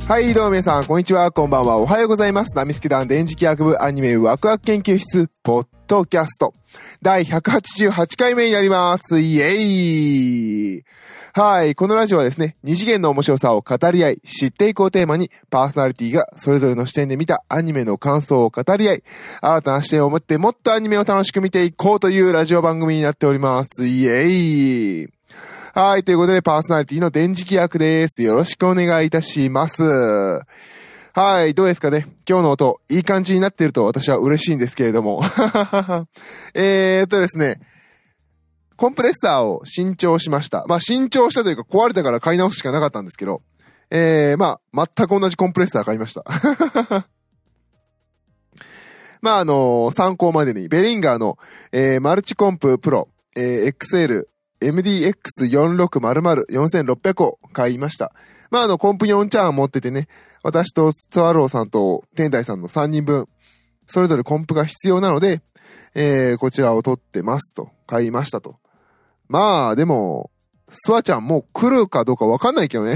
はいどうも皆さんこんにちは、こんばんは、おはようございます。ナミスケ団電磁気学部アニメワクワク研究室ポッドキャスト第188回目になります。イエーイ。はい、このラジオはですね、二次元の面白さを語り合い知っていこうテーマに、パーソナリティがそれぞれの視点で見たアニメの感想を語り合い、新たな視点を持ってもっとアニメを楽しく見ていこうというラジオ番組になっております。イエーイ。はい、ということでパーソナリティの電磁気役です。よろしくお願いいたします。はい、どうですかね。今日の音、いい感じになっていると私は嬉しいんですけれども。ですね、コンプレッサーを新調しました。まあ新調したというか壊れたから買い直すしかなかったんですけど、まあ全く同じコンプレッサー買いました。まあ参考までにベリンガーの、マルチコンププロ、XL MDX4600 4600を買いました。まあコンプ4チャーン持っててね、私とスワローさんと天台さんの3人分、それぞれコンプが必要なので、こちらを取ってますと、買いましたと。まあでも、スワちゃんもう来るかどうかわかんないけどね。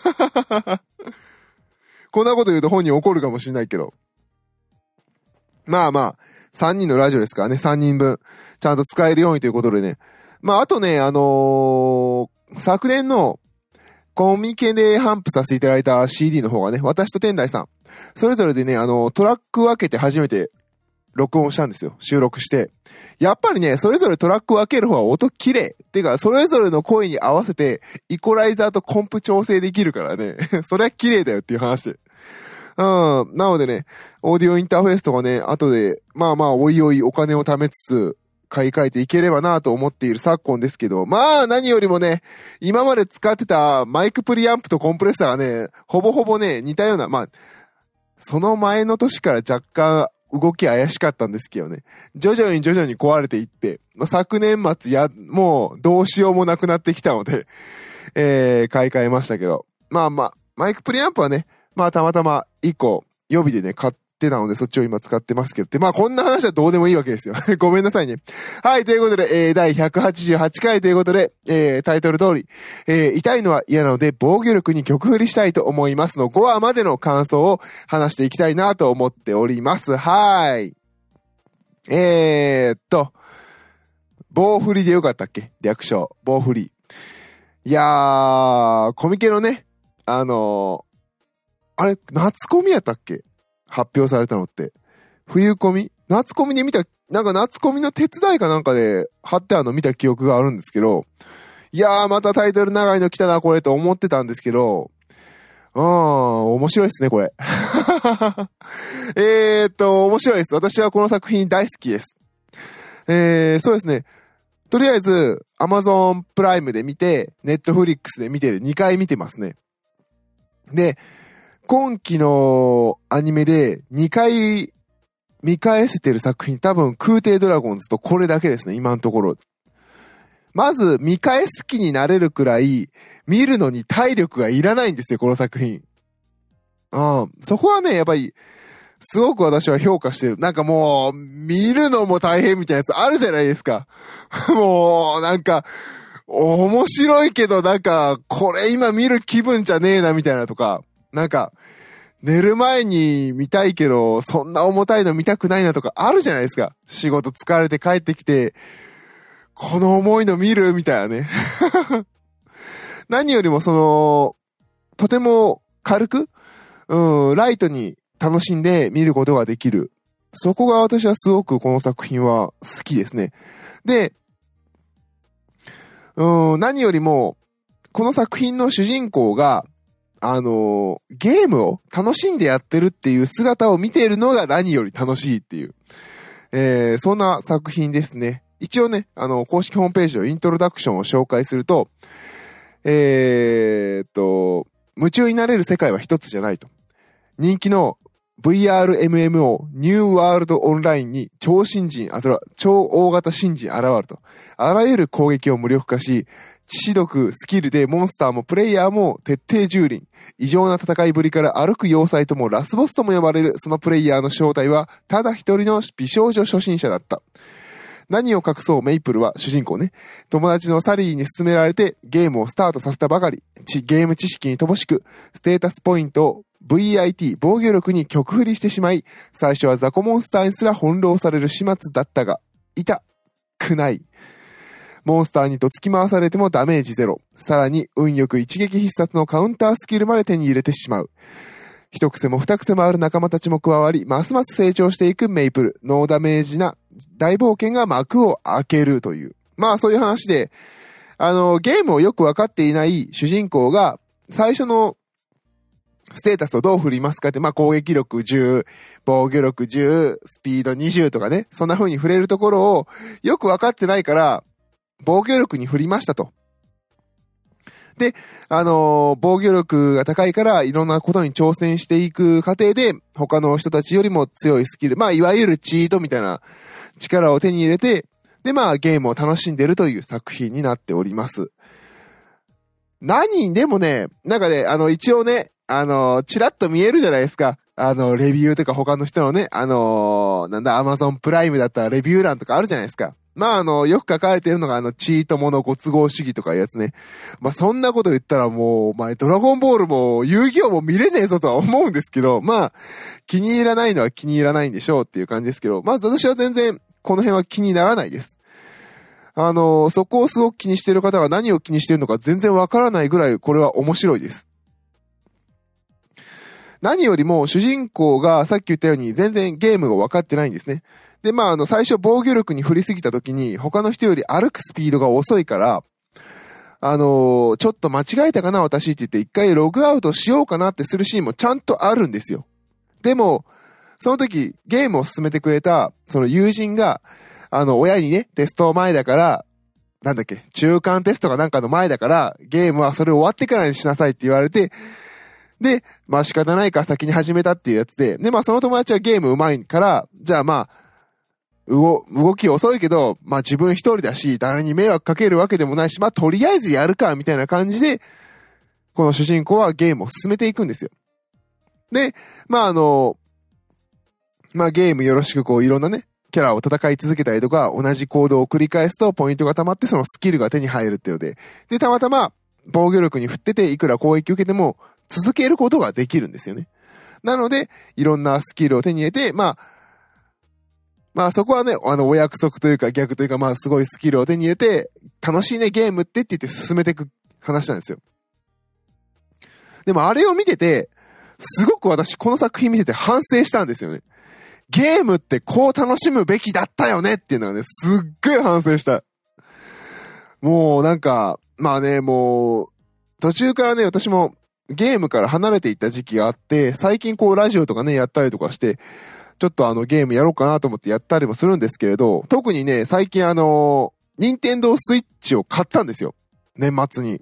こんなこと言うと本人怒るかもしれないけど。まあまあ、3人のラジオですからね、3人分、ちゃんと使えるようにということでね。まああとね、昨年のコミケで頒布させていただいた CD の方がね、私と天台さん、それぞれでね、トラック分けて初めて録音したんですよ。収録して。やっぱりね、それぞれトラック分ける方が音綺麗。てか、それぞれの声に合わせて、イコライザーとコンプ調整できるからね。それは綺麗だよっていう話で。なのでね、オーディオインターフェースとかね、後で、まあまあ、おいおいお金を貯めつつ、買い替えていければなと思っている昨今ですけど、まあ何よりもね、今まで使ってたマイクプリアンプとコンプレッサーがね、ほぼほぼね、似たような、まあ、その前の年から若干動き怪しかったんですけどね、徐々に壊れていって、まあ、昨年末もうどうしようもなくなってきたので、買い替えましたけど、まあまあ、マイクプリアンプはね、まあたまたま1個予備でね、買ってたのでそっちを今使ってますけどって、まあこんな話はどうでもいいわけですよ。ごめんなさいね。はい、ということで、第188回ということで、タイトル通り、痛いのは嫌なので防御力に曲振りしたいと思いますの5話までの感想を話していきたいなと思っております。はい。棒振りでよかったっけ？略称。棒振り。いやー、コミケのね、あれ、夏コミやったっけ？発表されたのって。冬コミ？夏コミで見た、なんか夏コミの手伝いかなんかで貼って見た記憶があるんですけど、いやー、またタイトル長いの来たな、これと思ってたんですけど、面白いですね、これ。面白いです。私はこの作品大好きです。そうですね。とりあえず、Amazon プライムで見て、Netflix で見てる、2回見てますね。で、今期のアニメで2回見返せてる作品、多分空挺ドラゴンズとこれだけですね、今のところ。まず見返す気になれるくらい見るのに体力がいらないんですよ、この作品。そこはね、やっぱりすごく私は評価してる。なんかもう見るのも大変みたいなやつあるじゃないですか。もうなんか面白いけどなんかこれ今見る気分じゃねえなみたいなとか、なんか寝る前に見たいけどそんな重たいの見たくないなとかあるじゃないですか。仕事疲れて帰ってきてこの重いの見るみたいなね。何よりもとても軽く、ライトに楽しんで見ることができる。そこが私はすごくこの作品は好きですね。で、何よりもこの作品の主人公がゲームを楽しんでやってるっていう姿を見ているのが何より楽しいっていう、そんな作品ですね。一応ね、公式ホームページのイントロダクションを紹介すると、夢中になれる世界は一つじゃないと。人気の VRMMO ニューワールドオンラインに超大型新人現ると。あらゆる攻撃を無力化し、致死毒、スキルでモンスターもプレイヤーも徹底蹂躙。異常な戦いぶりから歩く要塞ともラスボスとも呼ばれるそのプレイヤーの正体はただ一人の美少女初心者だった。 何を隠そうメイプルは主人公ね。友達のサリーに勧められてゲームをスタートさせたばかり。ゲーム知識に乏しく、ステータスポイントを VIT 防御力に曲振りしてしまい、最初は雑魚モンスターにすら翻弄される始末だったが、痛くない。モンスターにと突き回されてもダメージゼロ。さらに運よく一撃必殺のカウンタースキルまで手に入れてしまう。一癖も二癖もある仲間たちも加わり、ますます成長していくメイプル。ノーダメージな大冒険が幕を開けるという。まあそういう話で、ゲームをよくわかっていない主人公が、最初のステータスをどう振りますかって、まあ攻撃力10、防御力10、スピード20とかね、そんな風に振れるところをよくわかってないから、防御力に振りましたと。で、防御力が高いからいろんなことに挑戦していく過程で他の人たちよりも強いスキル、まあいわゆるチートみたいな力を手に入れて、でまあゲームを楽しんでるという作品になっております。でもね、なんかね、一応ね、チラッと見えるじゃないですか。レビューとか他の人のね、Amazon プライムだったらレビュー欄とかあるじゃないですか。まあよく書かれているのがチートものご都合主義とかいうやつね。まあそんなこと言ったらもう、お前ドラゴンボールも遊戯王も見れねえぞとは思うんですけど、まあ気に入らないのは気に入らないんでしょうっていう感じですけど、まず私は全然この辺は気にならないです。そこをすごく気にしている方が何を気にしているのか全然わからないぐらいこれは面白いです。何よりも主人公がさっき言ったように全然ゲームが分かってないんですね。で、まあ最初防御力に振りすぎた時に他の人より歩くスピードが遅いから、ちょっと間違えたかな私って言って一回ログアウトしようかなってするシーンもちゃんとあるんですよ。でも、その時ゲームを進めてくれたその友人が、親にね、テスト前だから、なんだっけ、中間テストかなんかの前だから、ゲームはそれ終わってからにしなさいって言われて、で、まあ仕方ないから先に始めたっていうやつで、で、まあその友達はゲーム上手いから、じゃあまあ、動き遅いけど、まあ自分一人だし、誰に迷惑かけるわけでもないし、まあとりあえずやるか、みたいな感じで、この主人公はゲームを進めていくんですよ。で、まあまあゲームよろしくこういろんなね、キャラを戦い続けたりとか、同じ行動を繰り返すとポイントが溜まってそのスキルが手に入るっていうので、で、たまたま防御力に振ってていくら攻撃受けても続けることができるんですよね。なので、いろんなスキルを手に入れて、まあそこはね、お約束というか逆というか、まあすごいスキルを手に入れて、楽しいねゲームって言って進めていく話なんですよ。でもあれを見てて、すごく私この作品見てて反省したんですよね。ゲームってこう楽しむべきだったよねっていうのがね、すっごい反省した。もうなんか、まあね、もう、途中からね、私もゲームから離れていった時期があって、最近こうラジオとかね、やったりとかして、ちょっとゲームやろうかなと思ってやったりもするんですけれど、特にね、最近任天堂スイッチを買ったんですよ。年末に。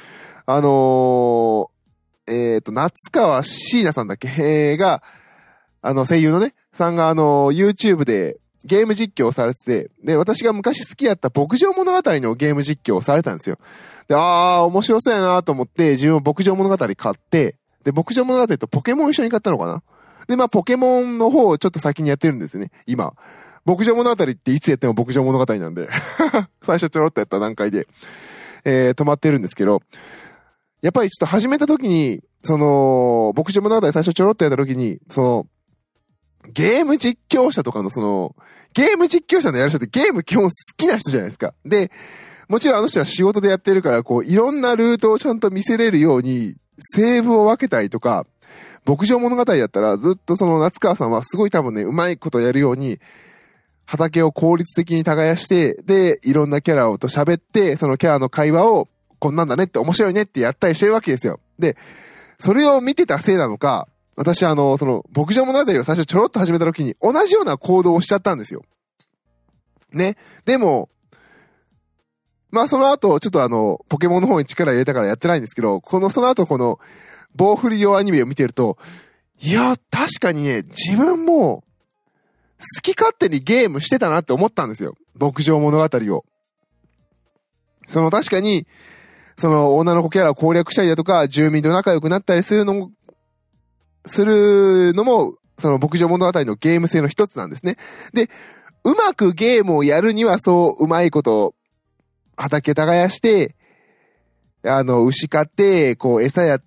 夏川椎名さんだっけが、声優のね、さんがYouTube でゲーム実況をされてて、で、私が昔好きだった牧場物語のゲーム実況をされたんですよ。で、面白そうやなと思って、自分牧場物語買って、で、牧場物語とポケモン一緒に買ったのかな。で、まあ、ポケモンの方をちょっと先にやってるんですね、今。牧場物語っていつやっても牧場物語なんで、最初ちょろっとやった段階で、止まってるんですけど、やっぱりちょっと始めた時に、牧場物語最初ちょろっとやった時に、ゲーム実況者とかのゲーム実況者のやる人ってゲーム基本好きな人じゃないですか。で、もちろんあの人は仕事でやってるから、こう、いろんなルートをちゃんと見せれるように、セーブを分けたりとか、牧場物語だったらずっと夏川さんはすごい多分ね、うまいことやるように、畑を効率的に耕して、で、いろんなキャラと喋って、そのキャラの会話を、こんなんだねって面白いねってやったりしてるわけですよ。で、それを見てたせいなのか、私牧場物語を最初ちょろっと始めた時に同じような行動をしちゃったんですよ。ね。でも、まあその後、ちょっとポケモンの方に力入れたからやってないんですけど、その後棒振り用アニメを見てると、いや、確かにね、自分も、好き勝手にゲームしてたなって思ったんですよ。牧場物語を。確かに、女の子キャラを攻略したりだとか、住民と仲良くなったりするのも、牧場物語のゲーム性の一つなんですね。で、 うまくゲームをやるにはそううまいこと、畑耕して、牛飼って、こう餌やって、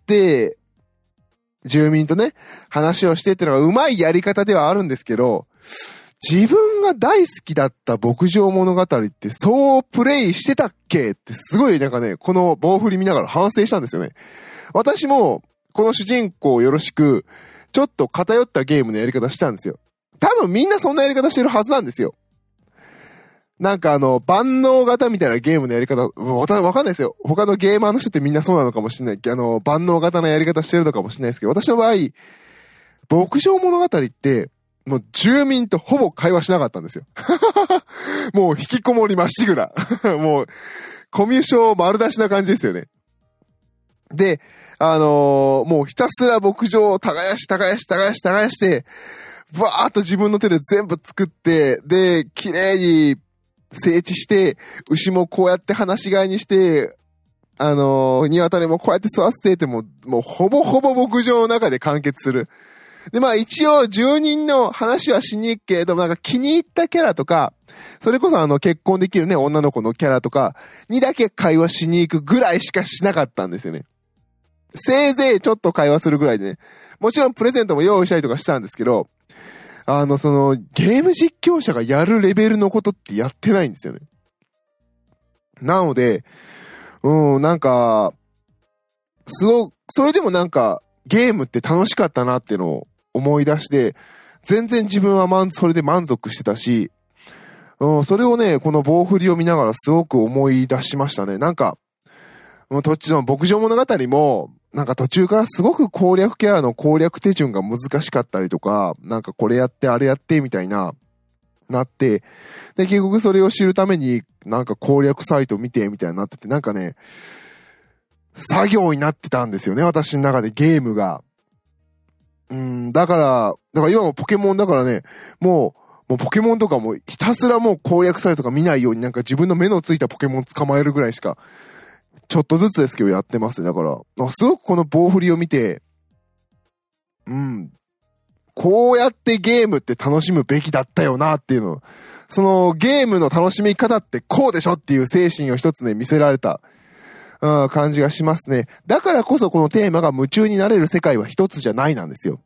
住民とね、話をしてっていうのがうまいやり方ではあるんですけど、自分が大好きだった牧場物語ってそうプレイしてたっけってすごいなんかね、この棒振り見ながら反省したんですよね。私も、この主人公よろしく、ちょっと偏ったゲームのやり方したんですよ。多分みんなそんなやり方してるはずなんですよ。なんか万能型みたいなゲームのやり方、わかんないですよ。他のゲーマーの人ってみんなそうなのかもしれない。万能型のやり方してるのかもしれないですけど、私の場合、牧場物語って、もう住民とほぼ会話しなかったんですよ。もう引きこもりまっしぐら。もう、コミュ障丸出しな感じですよね。で、もうひたすら牧場を耕して、バーっと自分の手で全部作って、で、綺麗に整地して、牛もこうやって放し飼いにして、鶏もこうやって育ててても、もうほぼほぼ牧場の中で完結する。で、まあ一応住人の話はしに行くけれども、なんか気に入ったキャラとか、それこそ結婚できるね、女の子のキャラとかにだけ会話しに行くぐらいしかしなかったんですよね。せいぜいちょっと会話するぐらいでね。もちろんプレゼントも用意したりとかしたんですけど、ゲーム実況者がやるレベルのことってやってないんですよね。なので、なんか、それでもなんか、ゲームって楽しかったなっていうのを思い出して、全然自分はそれで満足してたし、それをね、この棒振りを見ながらすごく思い出しましたね。なんか、途中の牧場物語も、なんか途中からすごく攻略キャラの攻略手順が難しかったりとか、なんかこれやってあれやってみたいな、なって、で、結局それを知るために、なんか攻略サイト見てみたいになってて、なんかね、作業になってたんですよね、私の中でゲームが。だから今もポケモンだからね、もうポケモンとかもひたすらもう攻略サイトとか見ないようになんか自分の目のついたポケモン捕まえるぐらいしか、ちょっとずつですけどやってますね。だから、すごくこの棒振りを見て、こうやってゲームって楽しむべきだったよなっていうの。そのゲームの楽しみ方ってこうでしょっていう精神を一つね、見せられた、感じがしますね。だからこそこのテーマが夢中になれる世界は一つじゃないなんですよ。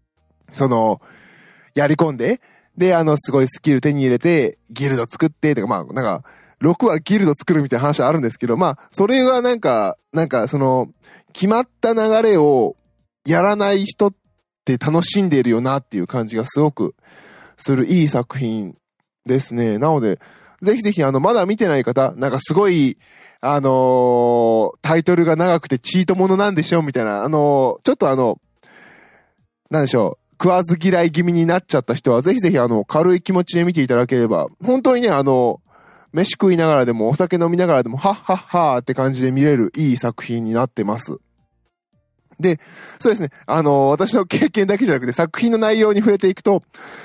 やり込んで、で、すごいスキル手に入れて、ギルド作って、とか、まあ、なんか、6はギルド作るみたいな話はあるんですけど、まあ、それはなんか、決まった流れをやらない人って楽しんでいるよなっていう感じがすごくするいい作品ですね。なので、ぜひぜひまだ見てない方、なんかすごい、タイトルが長くてチートものなんでしょみたいな、ちょっとなんでしょう、食わず嫌い気味になっちゃった人は、ぜひぜひ軽い気持ちで見ていただければ、本当にね、飯食いながらでも、お酒飲みながらでも、はっはっはーって感じで見れるいい作品になってます。で、そうですね、私の経験だけじゃなくて、作品の内容に触れていくと、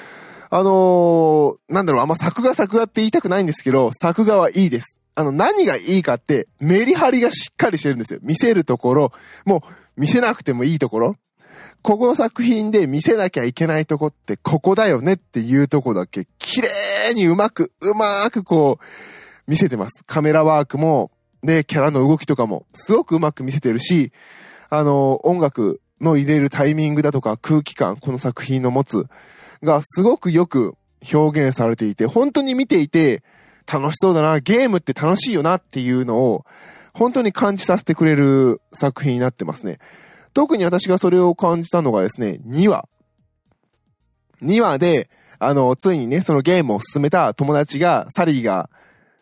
なんだろう、あんま作画って言いたくないんですけど、作画はいいです。何がいいかって、メリハリがしっかりしてるんですよ。見せるところ、もう見せなくてもいいところ。ここの作品で見せなきゃいけないとこってここだよねっていうとこだけ綺麗にうまくこう見せてます。カメラワークも、で、キャラの動きとかもすごくうまく見せてるし、音楽の入れるタイミングだとか空気感、この作品の持つがすごくよく表現されていて、本当に見ていて楽しそうだな、ゲームって楽しいよなっていうのを本当に感じさせてくれる作品になってますね。特に私がそれを感じたのがですね、2話で、ついにね、そのゲームを進めた友達が、サリーが、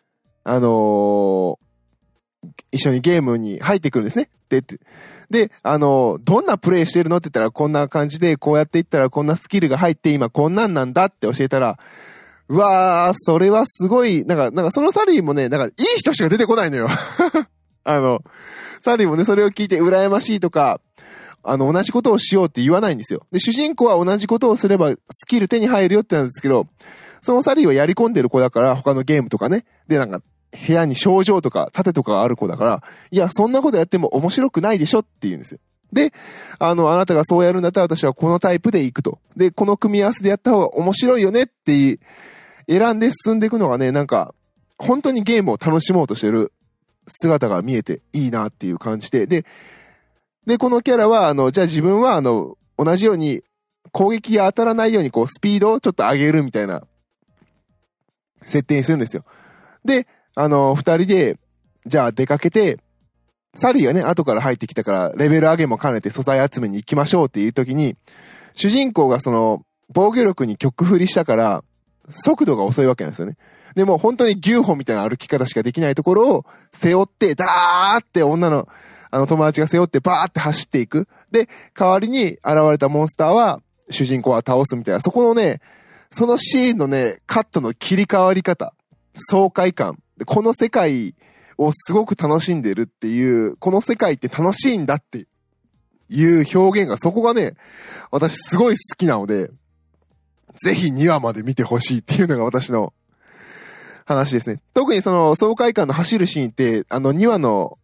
一緒にゲームに入ってくるんですね。で、どんなプレイしてるのって言ったら、こんな感じで、こうやっていったらこんなスキルが入って、今こんなんなんだって教えたら、うわー、それはすごい、なんかそのサリーもね、なんかいい人しか出てこないのよ。サリーもね、それを聞いて羨ましいとか、同じことをしようって言わないんですよ。で、主人公は同じことをすればスキル手に入るよってなんですけど、そのサリーはやり込んでる子だから、他のゲームとかね。で、なんか、部屋に症状とか盾とかがある子だから、いや、そんなことやっても面白くないでしょって言うんですよ。で、あなたがそうやるんだったら私はこのタイプで行くと。で、この組み合わせでやった方が面白いよねって選んで進んでいくのがね、なんか、本当にゲームを楽しもうとしてる姿が見えていいなっていう感じで、で、このキャラは、じゃあ自分は、同じように、攻撃が当たらないように、こう、スピードをちょっと上げるみたいな、設定にするんですよ。で、二人で、じゃあ出かけて、サリーがね、後から入ってきたから、レベル上げも兼ねて素材集めに行きましょうっていう時に、主人公が防御力に曲振りしたから、速度が遅いわけなんですよね。でも本当に牛歩みたいな歩き方しかできないところを背負って、ダーって女の、友達が背負ってバーって走っていく。で、代わりに現れたモンスターは、主人公は倒すみたいな、そこのね、そのシーンのね、カットの切り替わり方、爽快感、この世界をすごく楽しんでるっていう、この世界って楽しいんだっていう表現が、そこがね、私すごい好きなので、ぜひ2話まで見てほしいっていうのが私の話ですね。特にその爽快感の走るシーンって、2話の、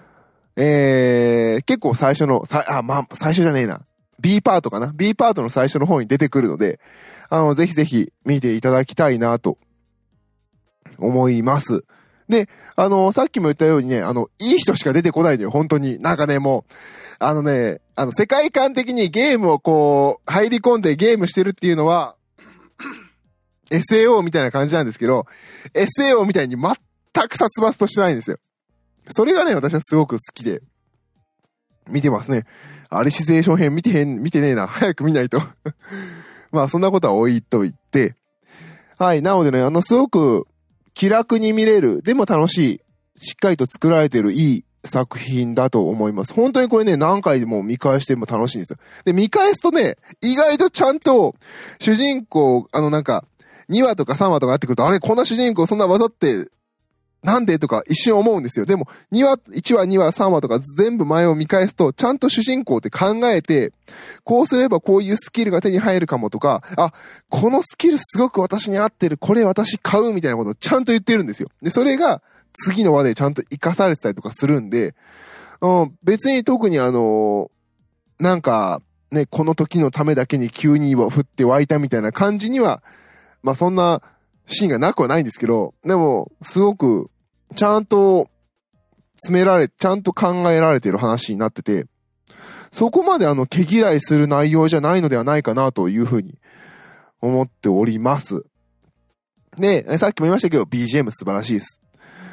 結構最初の、最初じゃねえな。B パートかな ?B パートの最初の方に出てくるので、ぜひぜひ見ていただきたいなと思います。で、さっきも言ったようにね、いい人しか出てこないのよ、本当に。なんかね、もう、世界観的にゲームをこう、入り込んでゲームしてるっていうのは、SAO みたいな感じなんですけど、SAO みたいに全く殺伐としてないんですよ。それがね、私はすごく好きで、見てますね。アリシゼーション編見てねえな。早く見ないと。まあ、そんなことは置いといて。はい。なのでね、すごく気楽に見れる、でも楽しい、しっかりと作られてるいい作品だと思います。本当にこれね、何回でも見返しても楽しいんですよ。で、見返すとね、意外とちゃんと、主人公、なんか、2話とか3話とかなってくると、あれ、こんな主人公そんな技って、なんでとか一瞬思うんですよ。でも、1話、2話、3話とか全部前を見返すと、ちゃんと主人公って考えて、こうすればこういうスキルが手に入るかもとか、あ、このスキルすごく私に合ってる、これ私買うみたいなことをちゃんと言ってるんですよ。で、それが次の話でちゃんと活かされてたりとかするんで、別に特になんか、ね、この時のためだけに急に降って湧いたみたいな感じには、まあそんなシーンがなくはないんですけど、でも、すごく、ちゃんとちゃんと考えられている話になってて、そこまで毛嫌いする内容じゃないのではないかなというふうに思っております。で、さっきも言いましたけど、BGM 素晴らしいです。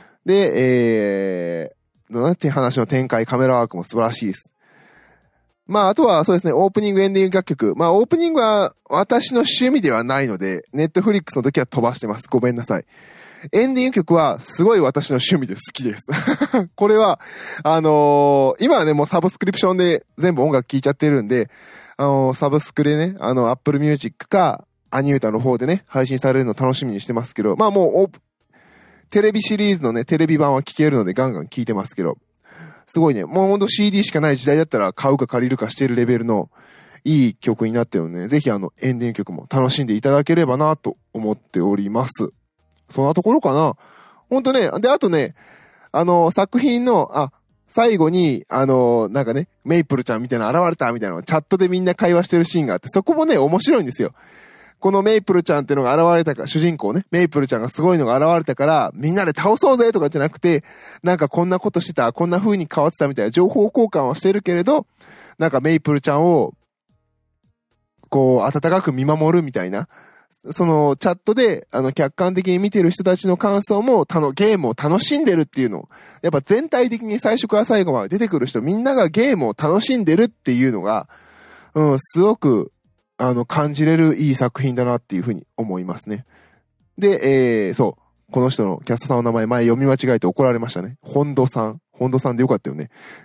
で、なんて話の展開、カメラワークも素晴らしいです。まあ、あとはそうですね、オープニング、エンディング楽曲。まあ、オープニングは私の趣味ではないので、ネットフリックスの時は飛ばしてます。ごめんなさい。エンディング曲はすごい私の趣味で好きです。これは、今はね、もうサブスクリプションで全部音楽聴いちゃってるんで、サブスクでね、Apple Music か、アニュータの方でね、配信されるの楽しみにしてますけど、まあもう、テレビシリーズのね、テレビ版は聴けるのでガンガン聴いてますけど、すごいね、もうほんと CD しかない時代だったら買うか借りるかしてるレベルのいい曲になってるので、ね、ぜひエンディング曲も楽しんでいただければなと思っております。そんなところかな。ほんとね、で、あとね、作品の、最後に、なんかね、メイプルちゃんみたいなの現れたみたいなのをチャットでみんな会話してるシーンがあって、そこもね、面白いんですよ。このメイプルちゃんってのが現れたから、主人公ね、メイプルちゃんがすごいのが現れたから、みんなで倒そうぜとかじゃなくて、なんかこんなことしてた、こんな風に変わってたみたいな情報交換はしてるけれど、なんかメイプルちゃんを、こう、温かく見守るみたいな、そのチャットで客観的に見てる人たちの感想もゲームを楽しんでるっていうのをやっぱ全体的に最初から最後まで出てくる人みんながゲームを楽しんでるっていうのがすごく感じれるいい作品だなっていうふうに思いますね。で、そうこの人のキャストさんの名前前読み間違えて怒られましたね。本土さんでよかったよね。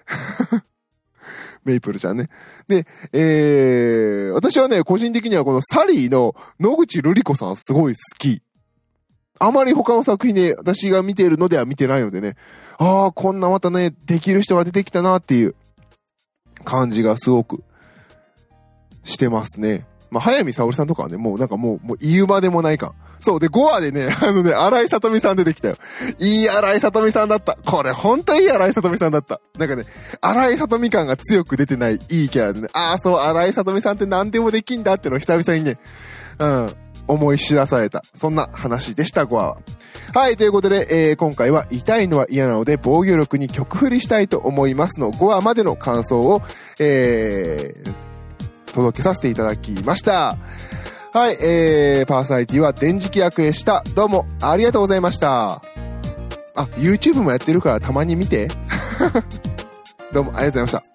メイプルちゃんね。で、私はね、個人的にはこのサリーの野口瑠璃子さんすごい好き。あまり他の作品で私が見ているのでは見てないのでね、こんなまたね、できる人が出てきたなっていう感じがすごくしてますね。まあ、早見沙織さんとかはね、もうなんかもう言うまでもない感。そう。で、5話でね、荒井さとみさん出てきたよ。いい荒井さとみさんだった。これ、ほんといい荒井さとみさんだった。なんかね、荒井さとみ感が強く出てないいいキャラでね、そう、荒井さとみさんって何でもできんだってのを久々にね、 思い知らされた。そんな話でした、5話は。はい、ということで、今回は痛いのは嫌なので防御力に曲振りしたいと思いますの5話までの感想を、届けさせていただきました。はい、パーソナリティは電磁気役でした。どうもありがとうございました。あ、YouTube もやってるからたまに見て。どうもありがとうございました。